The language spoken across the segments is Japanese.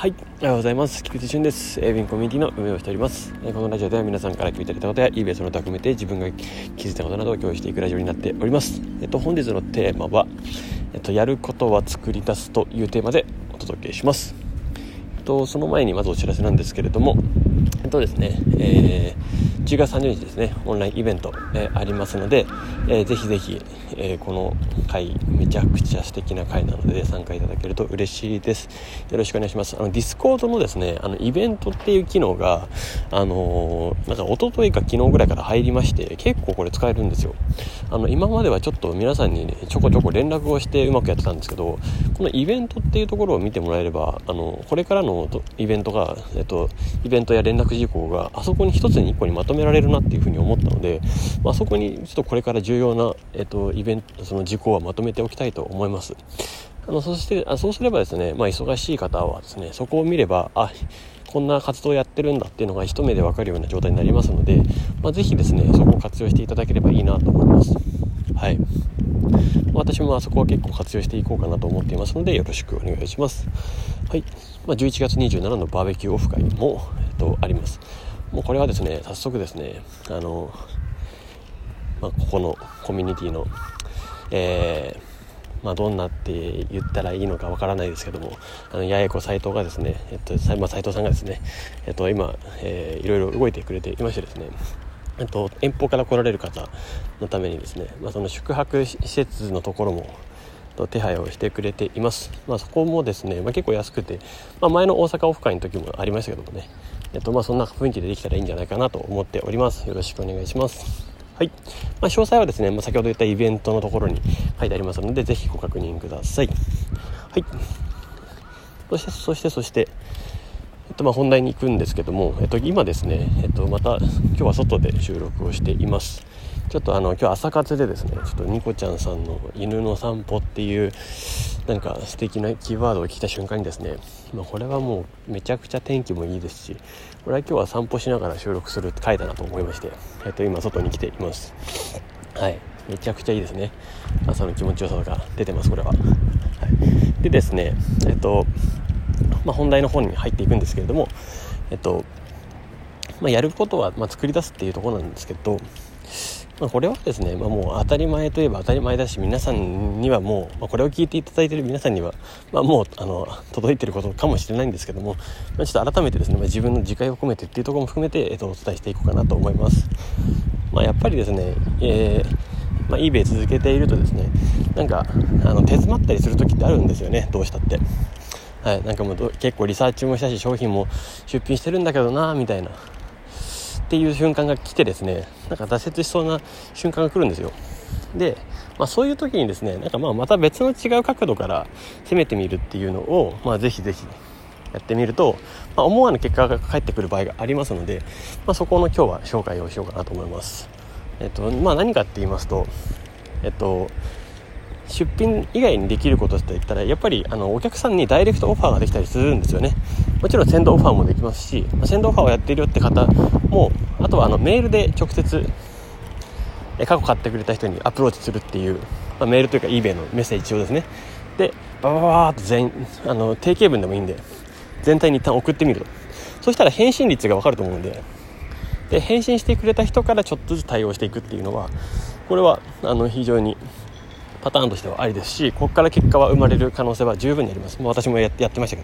はい、おはようございます。菊池俊です。ウィンコミュニティの運営をしております。このラジオでは皆さんから聞いていただいたことや eBay その他含めて自分が気づいたことなどを共有していくラジオになっております。本日のテーマは、やることは作り出すというテーマでお届けします。その前にまずお知らせなんですけれども、ですね、10月30日ですね、オンラインイベント、ありますので、ぜひぜひ、この回めちゃくちゃ素敵な回なので参加いただけると嬉しいです。よろしくお願いします。ディスコードのですね、イベントっていう機能がなんか一昨日か昨日ぐらいから入りまして、結構これ使えるんですよ。今まではちょっと皆さんにね、ちょこちょこ連絡をしてうまくやってたんですけど、このイベントっていうところを見てもらえれば、これからのイベントが、イベントや連絡事項があそこに一つに一個にまとめられるなっていうふうに思ったので、そこにちょっとこれから重要な、イベントその事項はまとめておきたいと思います。そうすればですね、忙しい方はですね、そこを見ればこんな活動をやってるんだっていうのが一目で分かるような状態になりますので、ぜひですねそこを活用していただければいいなと思います。はい、私もあそこは結構活用していこうかなと思っていますのでよろしくお願いします。はい、11月27のバーベキューオフ会も、あります。もうこれはですね、早速ですね、ここのコミュニティの、どんなって言ったらいいのかわからないですけども、八重子斉藤がですね、斉藤さんがですね、今、いろいろ動いてくれていましてですね、遠方から来られる方のためにですね、その宿泊施設のところも手配をしてくれています。そこもですね、結構安くて、前の大阪オフ会の時もありましたけどもね、そんな雰囲気でできたらいいんじゃないかなと思っております。よろしくお願いします。はい、詳細はですね、先ほど言ったイベントのところに書いてありますので、ぜひご確認ください。はい、そして、本題に行くんですけども、今ですね、また今日は外で収録をしています。ちょっと今日朝活でですね、ちょっとニコちゃんさんの犬の散歩っていうなんか素敵なキーワードを聞いた瞬間にですね、これはもうめちゃくちゃ天気もいいですし、これは今日は散歩しながら収録する回だなと思いまして、今外に来ています。はい、めちゃくちゃいいですね。朝の気持ちよさが出てます、これは。はい、でですね、本題の方に入っていくんですけれども、やることは作り出すっていうところなんですけど、これはですね、もう当たり前といえば当たり前だし、皆さんにはもう、これを聞いていただいている皆さんには、もう届いていることかもしれないんですけども、ちょっと改めてですね、自分の自戒を込めてっていうところも含めて、お伝えしていこうかなと思います。やっぱりですね、eBay 続けているとですね、なんか手詰まったりする時ってあるんですよね、どうしたって。はい、なんかもう結構リサーチもしたし、商品も出品してるんだけどなみたいなっていう瞬間が来てですね、なんか挫折しそうな瞬間が来るんですよ。で、そういう時にですね、なんかまた別の違う角度から攻めてみるっていうのを、ぜひぜひやってみると、思わぬ結果が返ってくる場合がありますので、そこの今日は紹介をしようかなと思います。何かって言いますと、出品以外にできることって言ったら、やっぱりお客さんにダイレクトオファーができたりするんですよね。もちろん先導オファーもできますし、先導オファーをやっているよって方も、あとはメールで直接過去買ってくれた人にアプローチするっていう、メールというか eBay のメッセージをですね、でバババーっと定型文でもいいんで全体に一旦送ってみると、そしたら返信率が分かると思うんで、返信してくれた人からちょっとずつ対応していくっていうのは、これは非常にパターンとしてはありですし、ここから結果は生まれる可能性は十分にあります。私もやってましたけ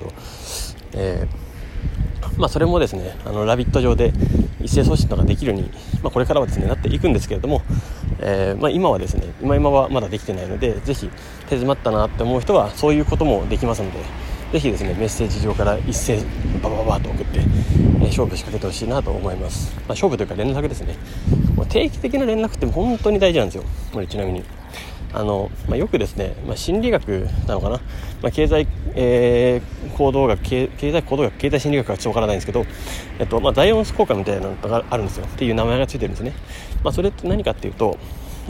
ど、それもですね、ラビット上で一斉送信ができるように、これからはですねなっていくんですけれども、今はですね今はまだできてないので、ぜひ手詰まったなって思う人はそういうこともできますので、ぜひですねメッセージ上から一斉バババーと送って、勝負仕掛けてほしいなと思います。勝負というか連絡ですね。もう定期的な連絡って本当に大事なんですよ。これちなみによくですね、心理学なのかな、経済行動学、経済心理学はちょっとわからないんですけど、ザイオンス効果みたいなのがあるんですよっていう名前がついてるんですね。それって何かっていうと、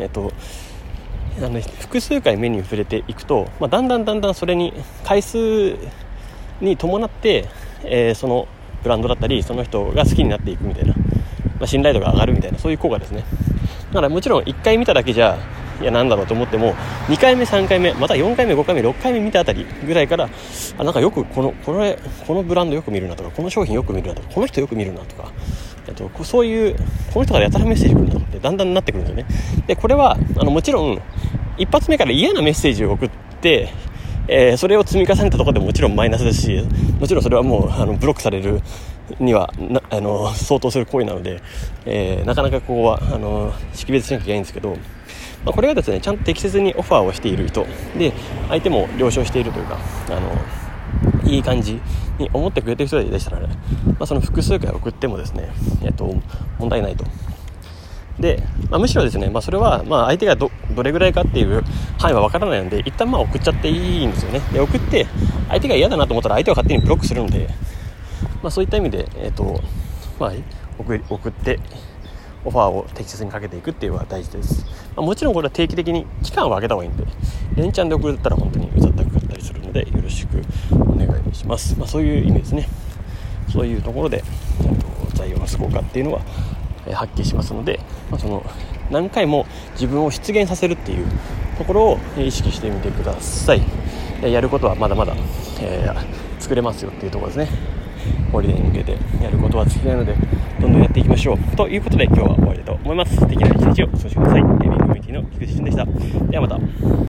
複数回目に触れていくと、だんだんそれに回数に伴って、そのブランドだったりその人が好きになっていくみたいな、信頼度が上がるみたいな、そういう効果ですね。だからもちろん1回見ただけじゃいやなんだろうと思っても2回目3回目また4回目5回目6回目見たあたりぐらいからなんかよくこのブランドよく見るなとかこの商品よく見るなとかこの人よく見るなとかそういうこの人からやたらメッセージ来るなとかってだんだんなってくるんですよね。でこれはもちろん一発目から嫌なメッセージを送ってそれを積み重ねたところでもちろんマイナスですし、もちろんそれはもうブロックされるには相当する行為なので、なかなかここは識別しなきゃいけないんですけど、これがですねちゃんと適切にオファーをしている人で相手も了承しているというかいい感じに思ってくれてる人でしたらね、その複数回送ってもですね、問題ないと。で、むしろですね、それは相手が どれぐらいかっていう範囲は分からないので一旦送っちゃっていいんですよね。で送って相手が嫌だなと思ったら相手は勝手にブロックするので、そういった意味で、送ってオファーを適切にかけていくっていうのは大事です。もちろんこれは定期的に期間を空けた方がいいんで、連チャンで送ったら本当にうざったくかったりするのでよろしくお願いします。そういう意味ですね。そういうところで採用のすごかっていうのは発揮しますので、その何回も自分を出現させるっていうところを意識してみてください。やることはまだまだ、作れますよっていうところですね。ホリデーに向けてやることは尽きないのでどんどんやっていきましょうということで今日は終わりたいと思います。素敵な一日をお過ごしください。エビンコミュニティの菊池俊でした。ではまた。